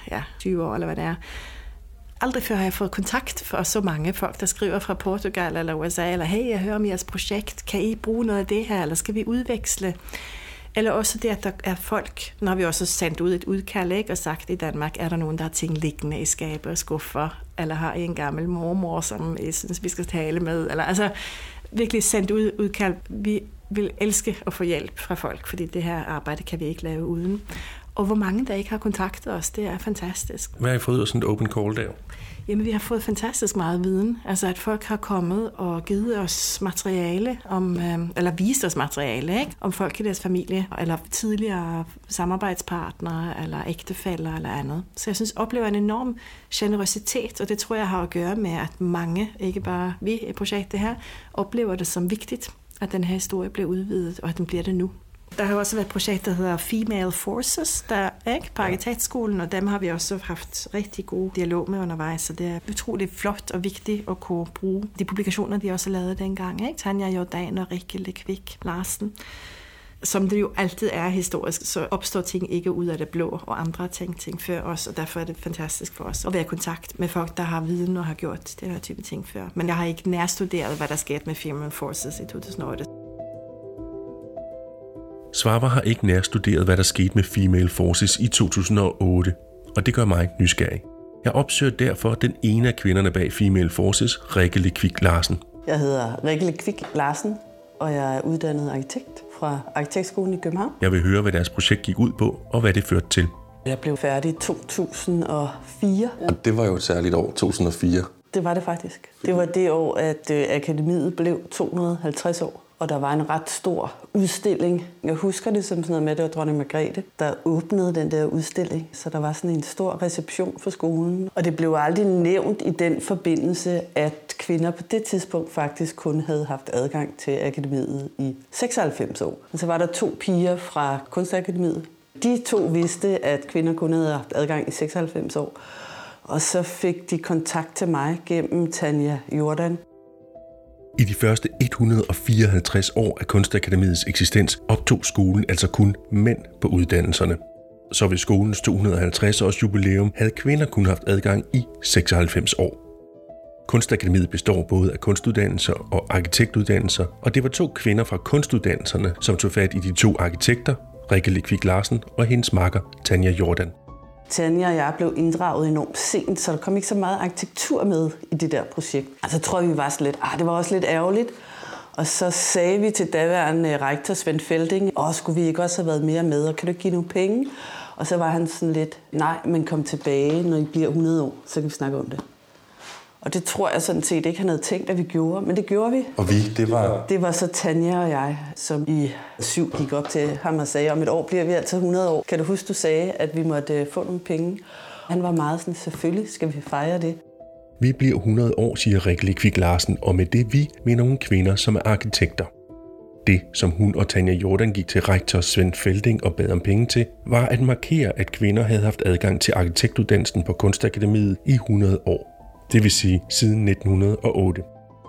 20 år, eller hvad det er. Aldrig før har jeg fået kontakt for så mange folk, der skriver fra Portugal eller USA, eller hey, jeg hører om jeres projekt, kan I bruge noget af det her, eller skal vi udveksle? Eller også det, at der er folk, når vi også sendt ud et udkald, ikke, og sagt i Danmark, er der nogen, der har ting liggende i skabe og skuffer, eller har I en gammel mormor, som I synes, vi skal tale med, eller altså virkelig sendt ud udkald. Vi vil elske at få hjælp fra folk, fordi det her arbejde kan vi ikke lave uden. Og hvor mange, der ikke har kontaktet os, det er fantastisk. Hvad har I fået ud af sådan et open call der? Jamen, vi har fået fantastisk meget viden. Altså, at folk har kommet og givet os materiale, eller vist os materiale, ikke? Om folk i deres familie, eller tidligere samarbejdspartnere, eller ægtefæller, eller andet. Så jeg synes, oplever en enorm generøsitet, og det tror jeg har at gøre med, at mange, ikke bare vi i projektet her, oplever det som vigtigt, at den her historie bliver udvidet, og at den bliver det nu. Der har også været et projekt, der hedder Female Forces, der er ikke på arkitektskolen, og dem har vi også haft rigtig god dialog med undervejs, så det er utroligt flot og vigtigt at kunne bruge de publikationer, de også lavede dengang, ikke? Tanja Jordan og Rikke Lekvik Larsen. Som det jo altid er historisk, så opstår ting ikke ud af det blå, og andre ting før os, og derfor er det fantastisk for os at være i kontakt med folk, der har viden og har gjort den her type ting før. Men jeg har ikke nærstuderet, hvad der skete med Female Forces i 2008. Svava har ikke nærstuderet, hvad der skete med Female Forces i 2008, og det gør mig nysgerrig. Jeg opsøger derfor den ene af kvinderne bag Female Forces, Rikke Lekvik Larsen. Jeg hedder Rikke Lekvik Larsen, og jeg er uddannet arkitekt fra Arkitektskolen i København. Jeg vil høre, hvad deres projekt gik ud på, og hvad det førte til. Jeg blev færdig i 2004. Og det var jo et særligt år, 2004. Det var det faktisk. Det var det år, at akademiet blev 250 år. Og der var en ret stor udstilling. Jeg husker det som sådan noget med, det var dronning Margrethe, der åbnede den der udstilling. Så der var sådan en stor reception for skolen. Og det blev aldrig nævnt i den forbindelse, at kvinder på det tidspunkt faktisk kun havde haft adgang til akademiet i 96 år. Og så var der 2 piger fra Kunstakademiet. De 2 vidste, at kvinder kun havde haft adgang i 96 år. Og så fik de kontakt til mig gennem Tanja Jordan. I de første 154 år af Kunstakademiets eksistens optog skolen altså kun mænd på uddannelserne. Så ved skolens 250 års jubilæum havde kvinder kun haft adgang i 96 år. Kunstakademiet består både af kunstuddannelser og arkitektuddannelser, og det var 2 kvinder fra kunstuddannelserne, som tog fat i de 2 arkitekter, Rikke Lekvik Larsen og hendes makker Tanja Jordan. Tanja og jeg blev inddraget enormt sent, så der kom ikke så meget arkitektur med i det der projekt. Altså tror vi var sådan lidt, det var også lidt ærgerligt. Og så sagde vi til daværende rektor Svend Felding, skulle vi ikke også have været mere med, og kan du ikke give nogle penge? Og så var han sådan lidt, nej, men kom tilbage, når I bliver 100 år, så kan vi snakke om det. Og det tror jeg sådan set ikke, han havde tænkt, at vi gjorde, men det gjorde vi. Og vi, det var? Det var så Tanja og jeg, som i 7 gik op til ham og sagde, om et år bliver vi altså 100 år. Kan du huske, du sagde, at vi måtte få nogle penge? Han var meget sådan, selvfølgelig skal vi fejre det. Vi bliver 100 år, siger Rikke Kvik Larsen, og med det vi mener nogle kvinder, som er arkitekter. Det, som hun og Tanja Jordan gik til rektor Svend Felding og bad om penge til, var at markere, at kvinder havde haft adgang til arkitektuddannelsen på Kunstakademiet i 100 år. Det vil sige siden 1908.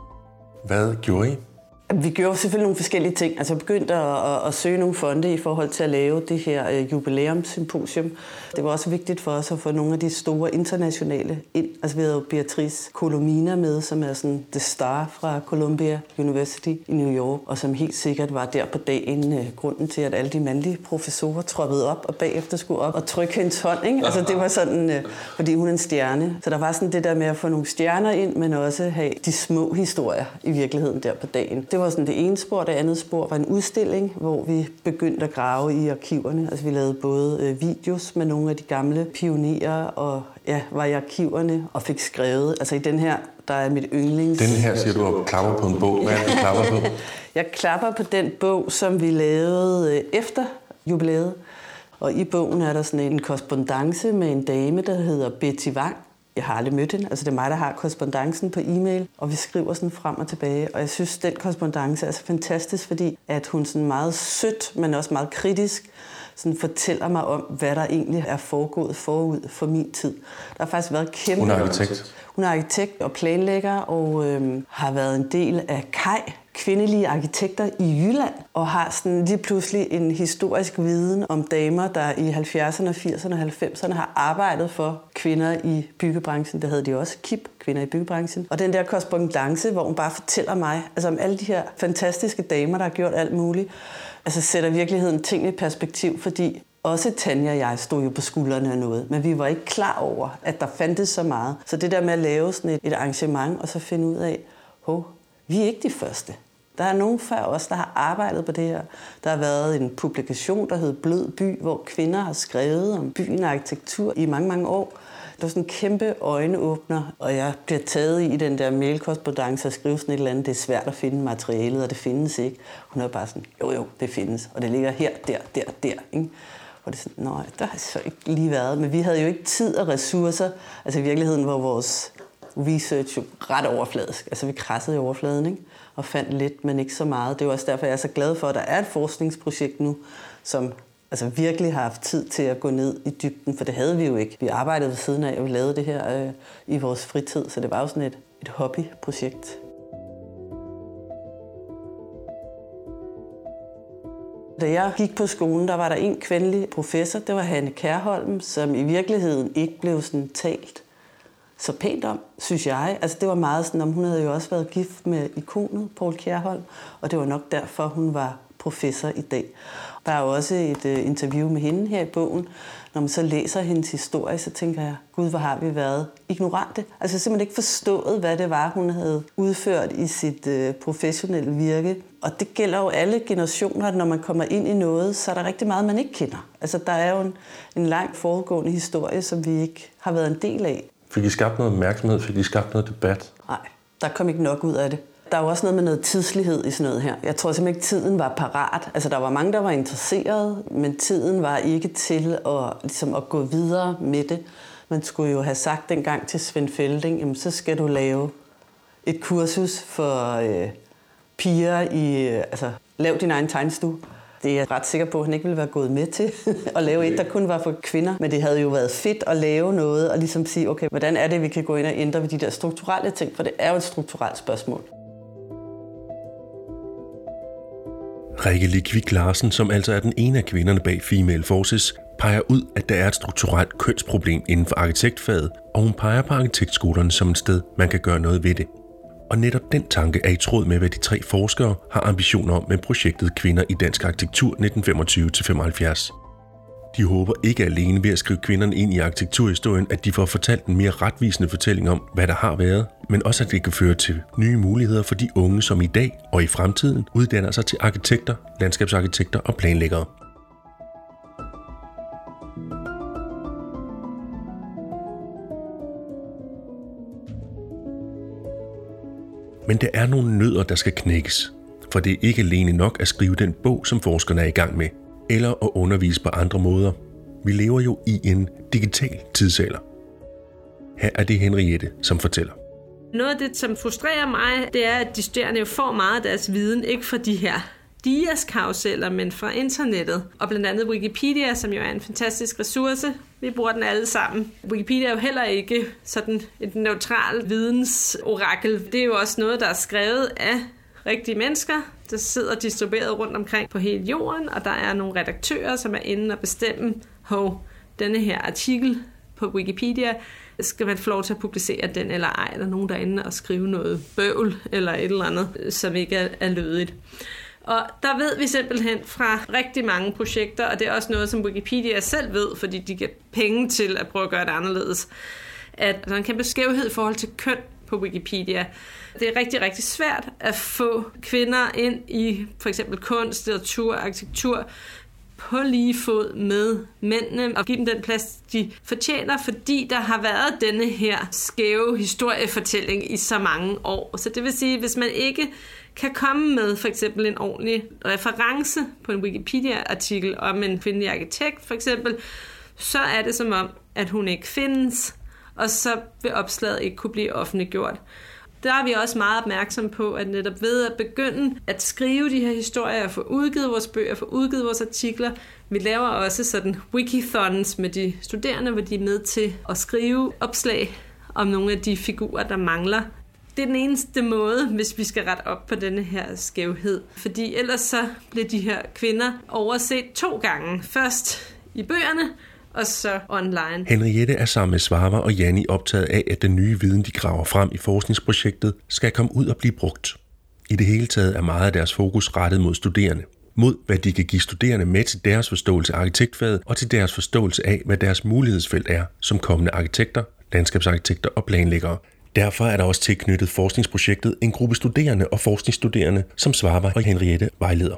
Hvad gjorde I? Vi gjorde selvfølgelig nogle forskellige ting. Altså jeg begyndte at søge nogle fonde i forhold til at lave det her jubilæumssymposium. Det var også vigtigt for os at få nogle af de store internationale ind. Altså vi havde Beatrice Colomina med, som er sådan the star fra Columbia University i New York, og som helt sikkert var der på dagen grunden til, at alle de mandlige professorer troppede op og bagefter skulle op og trykke hendes hånd. Ikke? Altså det var sådan, fordi hun er en stjerne. Så der var sådan det der med at få nogle stjerner ind, men også have de små historier i virkeligheden der på dagen. Det var sådan det ene spor. Det andet spor var en udstilling, hvor vi begyndte at grave i arkiverne. Altså vi lavede både videos med nogle af de gamle pionerer, og var i arkiverne og fik skrevet. Altså i den her, der er mit yndlings... Den her siger du og klapper på en bog. Hvad er det, du klapper på? Jeg klapper på den bog, som vi lavede efter jubilæet. Og i bogen er der sådan en korrespondance med en dame, der hedder Betty Wang. Jeg har aldrig mødt hende. Altså det er mig, der har korrespondancen på e-mail, og vi skriver sådan frem og tilbage. Og jeg synes, den korrespondance er så fantastisk, fordi at hun sådan meget sødt, men også meget kritisk, sådan fortæller mig om, hvad der egentlig er foregået forud for min tid. Der har faktisk været kæmpe... Hun er arkitekt. Hun er arkitekt og planlægger, og har været en del af KAJ, kvindelige arkitekter i Jylland, og har sådan lige pludselig en historisk viden om damer, der i 70'erne, 80'erne og 90'erne har arbejdet for kvinder i byggebranchen. Det havde de også, KIP, kvinder i byggebranchen. Og den der korrespondance, hvor hun bare fortæller mig altså om alle de her fantastiske damer, der har gjort alt muligt, altså sætter virkeligheden tingene i perspektiv, fordi også Tanja og jeg stod jo på skuldrene af noget, men vi var ikke klar over, at der fandtes så meget. Så det der med at lave sådan et arrangement, og så finde ud af, vi er ikke de første. Der er nogen før os, der har arbejdet på det her. Der har været en publikation, der hed Blød By, hvor kvinder har skrevet om byen og arkitektur i mange, mange år. Det var sådan en kæmpe øjenåbner, og jeg bliver taget i den der mailkorrespondance og skrive sådan et eller andet. Det er svært at finde materialet, og det findes ikke. Hun er bare sådan, jo, det findes, og det ligger her, der, ikke? Og det er sådan, nej, der har så ikke lige været. Men vi havde jo ikke tid og ressourcer. Altså i virkeligheden var vores research jo ret overfladisk. Altså vi krassede i overfladen, ikke? Og fandt lidt, men ikke så meget. Det er også derfor, jeg er så glad for, at der er et forskningsprojekt nu, som altså virkelig har haft tid til at gå ned i dybden, for det havde vi jo ikke. Vi arbejdede ved siden af, og vi lavede det her i vores fritid, så det var jo sådan et hobbyprojekt. Da jeg gik på skolen, der var der en kvindelig professor, det var Hanne Kærholm, som i virkeligheden ikke blev sådan talt så pænt om, synes jeg. Altså det var meget sådan, om hun havde jo også været gift med ikonet Poul Kjærholm, og det var nok derfor, hun var professor i dag. Der er også et interview med hende her i bogen. Når man så læser hendes historie, så tænker jeg, gud, hvor har vi været ignorante. Altså simpelthen ikke forstået, hvad det var, hun havde udført i sit professionelle virke. Og det gælder jo alle generationer, at når man kommer ind i noget, så er der rigtig meget, man ikke kender. Altså der er jo en lang foregående historie, som vi ikke har været en del af. Fik I skabt noget opmærksomhed? Fik I skabt noget debat? Nej, der kom ikke nok ud af det. Der er jo også noget med noget tidslighed i sådan noget her. Jeg tror simpelthen ikke, tiden var parat. Altså, der var mange, der var interesserede, men tiden var ikke til at gå videre med det. Man skulle jo have sagt dengang til Svend Felding, jamen, så skal du lave et kursus for piger i... lav din egen tegnestue. Det er jeg ret sikker på, at han ikke ville være gået med til at lave et, der kun var for kvinder. Men det havde jo været fedt at lave noget og ligesom sige, okay, hvordan er det, vi kan gå ind og ændre ved de der strukturelle ting? For det er jo et strukturelt spørgsmål. Rikke Kvik Larsen, som altså er den ene af kvinderne bag Female Forces, peger ud, at der er et strukturelt kønsproblem inden for arkitektfaget, og hun peger på arkitektskolerne som et sted, man kan gøre noget ved det. Og netop den tanke er i tråd med, hvad de 3 forskere har ambitioner om med projektet Kvinder i dansk arkitektur 1925-75. De håber ikke alene ved at skrive kvinderne ind i arkitekturhistorien, at de får fortalt en mere retvisende fortælling om, hvad der har været, men også at det kan føre til nye muligheder for de unge, som i dag og i fremtiden uddanner sig til arkitekter, landskabsarkitekter og planlæggere. Men der er nogle nødder, der skal knækkes. For det er ikke alene nok at skrive den bog, som forskerne er i gang med, eller at undervise på andre måder. Vi lever jo i en digital tidsalder. Her er det Henriette, som fortæller. Noget af det, som frustrerer mig, det er, at de studerende jo får meget af deres viden, ikke fra de her DIAS-karuseller, men fra internettet. Og blandt andet Wikipedia, som jo er en fantastisk ressource. Vi bruger den alle sammen. Wikipedia er jo heller ikke sådan et neutral vidensorakel. Det er jo også noget, der er skrevet af rigtige mennesker, der sidder distribueret rundt omkring på hele jorden, og der er nogle redaktører, som er inde og bestemme, denne her artikel på Wikipedia, skal man få lov til at publicere den eller ej? Er der nogen derinde og skrive noget bøvl eller et eller andet, som ikke er lødigt? Og der ved vi simpelthen fra rigtig mange projekter, og det er også noget, som Wikipedia selv ved, fordi de giver penge til at prøve at gøre det anderledes, at der er en kæmpe skævhed i forhold til køn på Wikipedia. Det er rigtig, rigtig svært at få kvinder ind i for eksempel kunst, litteratur og arkitektur på lige fod med mændene og give dem den plads, de fortjener, fordi der har været denne her skæve historiefortælling i så mange år. Så det vil sige, hvis man ikke kan komme med for eksempel en ordentlig reference på en Wikipedia-artikel om en kvindelig arkitekt for eksempel, så er det som om, at hun ikke findes, og så vil opslaget ikke kunne blive offentliggjort. Der er vi også meget opmærksomme på, at netop ved at begynde at skrive de her historier, få udgivet vores bøger, få udgivet vores artikler, vi laver også sådan wikithons med de studerende, hvor de er med til at skrive opslag om nogle af de figurer, der mangler. Det er den eneste måde, hvis vi skal rette op på denne her skævhed. Fordi ellers så bliver de her kvinder overset 2 gange. Først i bøgerne, og så online. Henriette er sammen med Svava og Janni optaget af, at den nye viden, de graver frem i forskningsprojektet, skal komme ud og blive brugt. I det hele taget er meget af deres fokus rettet mod studerende. Mod hvad de kan give studerende med til deres forståelse af arkitektfaget og til deres forståelse af, hvad deres mulighedsfelt er som kommende arkitekter, landskabsarkitekter og planlæggere. Derfor er der også tilknyttet forskningsprojektet en gruppe studerende og forskningsstuderende, som Svava og Henriette vejleder.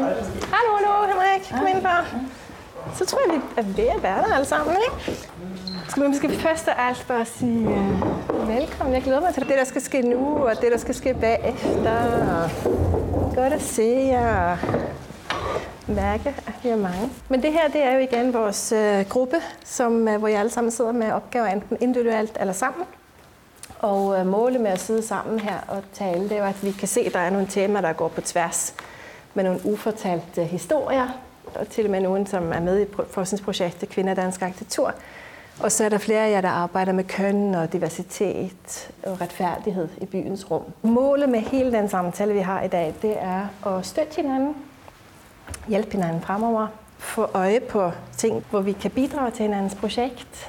Hallo, Henrik. Kom ind bare. Så tror jeg, vi er ved at være der alle sammen, ikke? Skal vi måske først og alt bare sige velkommen. Jeg glæder mig til det, der skal ske nu, og det, der skal ske bagefter. Godt at se jer og mærke, at vi er mange. Men det her, det er jo igen vores gruppe, hvor jeg alle sammen sidder med opgaver, enten individuelt eller sammen. Og målet med at sidde sammen her og tale, det er jo, at vi kan se, at der er nogle temaer, der går på tværs med nogle ufortalte historier, og til og med nogen, som er med i forskningsprojektet Kvinder i Dansk Arkitektur. Og så er der flere af jer, der arbejder med køn og diversitet og retfærdighed i byens rum. Målet med hele den samtale, vi har i dag, det er at støtte hinanden, hjælpe hinanden fremover, få øje på ting, hvor vi kan bidrage til hinandens projekt.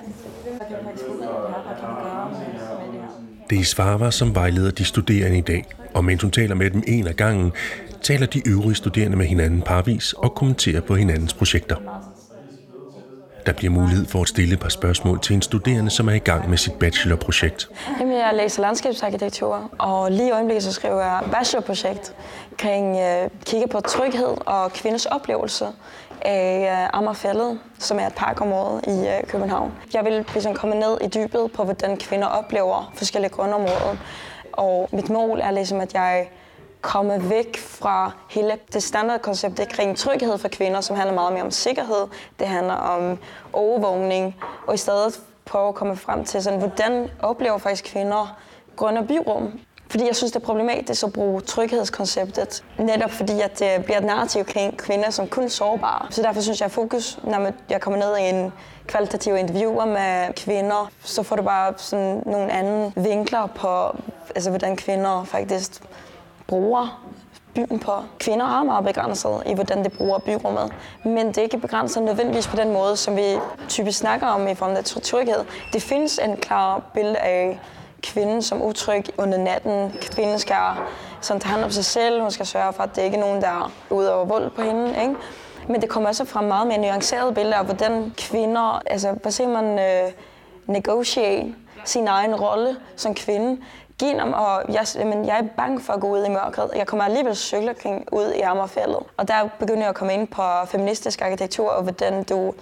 Det er Svava, som vejleder de studerende i dag, og mens hun taler med dem en af gangen, taler de øvrige studerende med hinanden parvis og kommenterer på hinandens projekter. Der bliver mulighed for at stille et par spørgsmål til en studerende, som er i gang med sit bachelorprojekt. Jeg læser landskabsarkitektur, og lige i øjeblikket så skriver jeg bachelorprojekt kring kigge på tryghed og kvinders oplevelse af Amagerfælled, som er et parkområde i København. Jeg vil ligesom komme ned i dybet på, hvordan kvinder oplever forskellige grundområder. Og mit mål er ligesom, at jeg kommer væk fra hele det standardkoncept kring tryghed for kvinder, som handler meget mere om sikkerhed. Det handler om overvågning, og i stedet prøve at komme frem til, sådan, hvordan oplever faktisk kvinder grønne byrum. Fordi jeg synes, det er problematisk at bruge tryghedskonceptet, netop fordi at det bliver et narrativ kring kvinder som kun sårbare. Så derfor synes jeg, at fokus, når jeg kommer ned i en kvalitativ interviewer med kvinder, så får du bare sådan nogle andre vinkler på, altså, hvordan kvinder faktisk bruger byen på. Kvinder er meget begrænset i, hvordan de bruger byrummet, men det er ikke begrænset nødvendigvis på den måde, som vi typisk snakker om i forhold til tryghed. Det findes en klar billede af kvinden som utryg under natten. Kvinden skal sådan tage hand om sig selv, hun skal sørge for, at det ikke er nogen, der er ude over vold på hende, ikke? Men det kommer også fra meget mere nuancerede billeder af, hvordan kvinder, altså hvad siger man, negotiate sin egen rolle som kvinde. Jeg er bange for at gå ud i mørket. Jeg kommer alligevel cykle ud i Amagerfælled. Og der begynder jeg at komme ind på feministisk arkitektur, og hvordan du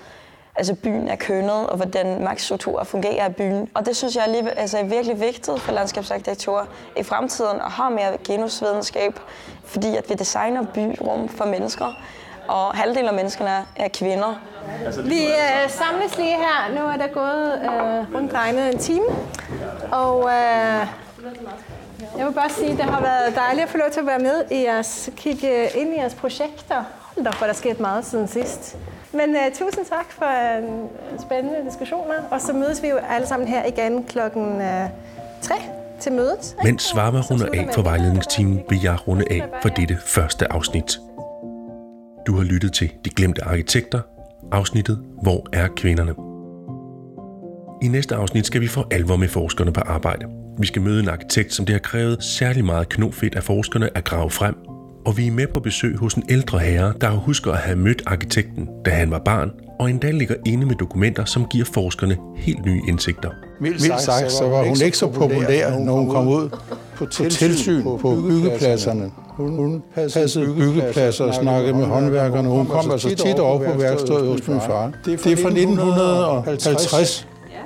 altså byen er kønnet, og hvordan magtstrukturer fungerer i byen. Og det synes jeg er virkelig vigtigt for landskabsarkitektur i fremtiden at have mere genusvidenskab, fordi at vi designer byrum for mennesker, og halvdelen af menneskerne er kvinder. Vi samles lige her. Nu er der gået rundt regnet en time, og jeg vil bare sige, at det har været dejligt at få lov til at være med i jeres, kigge ind i jeres projekter. Hold da, for der er sket meget siden sidst. Men tusind tak for spændende diskussioner, og så mødes vi jo alle sammen her igen klokken 3 til mødet. Mens Svarma runder af for vejledningsteamen, vil jeg runde af for dette første afsnit. Du har lyttet til De Glemte Arkitekter, afsnittet Hvor er kvinderne? I næste afsnit skal vi for alvor med forskerne på arbejde. Vi skal møde en arkitekt, som det har krævet særlig meget knofedt af forskerne at grave frem. Og vi er med på besøg hos en ældre herre, der husker at have mødt arkitekten, da han var barn, og endda ligger inde med dokumenter, som giver forskerne helt nye indsigter. Vildt sagt, så var hun ikke så populær, når hun kom ud på tilsyn på byggepladserne. Hun passede byggepladser og snakkede med håndværkerne. Hun kom altså tit over på værkstedet hos min far. Det er fra 1950.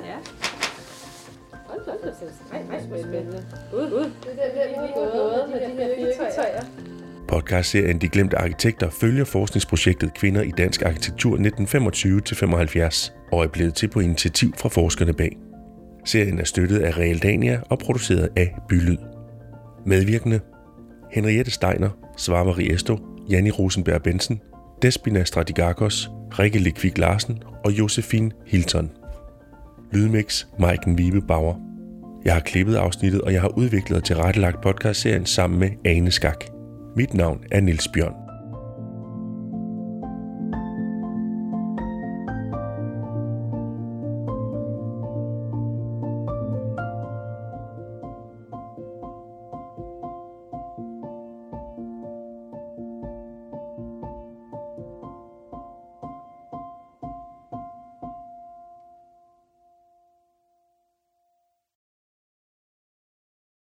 Podcastserien De Glemte Arkitekter følger forskningsprojektet Kvinder i dansk arkitektur 1925-75 og er blevet til på initiativ fra forskerne bag. Serien er støttet af Realdania og produceret af Bylyd. Medvirkende: Henriette Steiner, Svarma Riesto, Janni Rosenberg Bensen, Despina Stratigakos, Rikke Lekvik Larsen og Josefine Hilton. Lydmix: Maiken Vibe Bauer. Jeg har klippet afsnittet, og jeg har udviklet og tilrettelagt podcastserien sammen med Ane Skak. Mit navn er Niels Bjørn.